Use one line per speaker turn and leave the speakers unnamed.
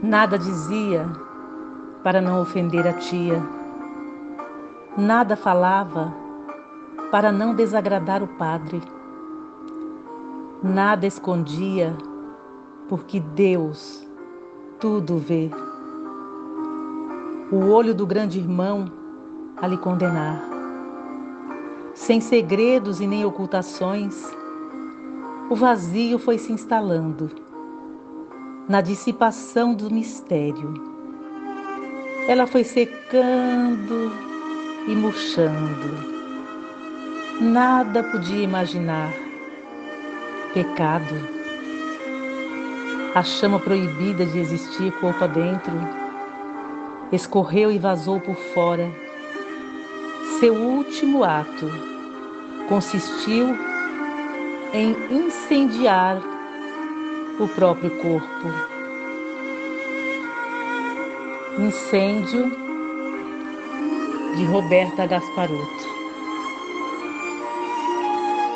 Nada dizia para não ofender a tia. Nada falava para não desagradar o padre. Nada escondia, porque Deus tudo vê. O olho do grande irmão a lhe condenar. Sem segredos e nem ocultações, o vazio foi se instalando na dissipação do mistério. Ela foi secando e murchando. Nada podia imaginar. Pecado. A chama proibida de existir corpo adentro escorreu e vazou por fora. Seu último ato consistiu em incendiar o próprio corpo. Incêndio de Roberta Gasparotto.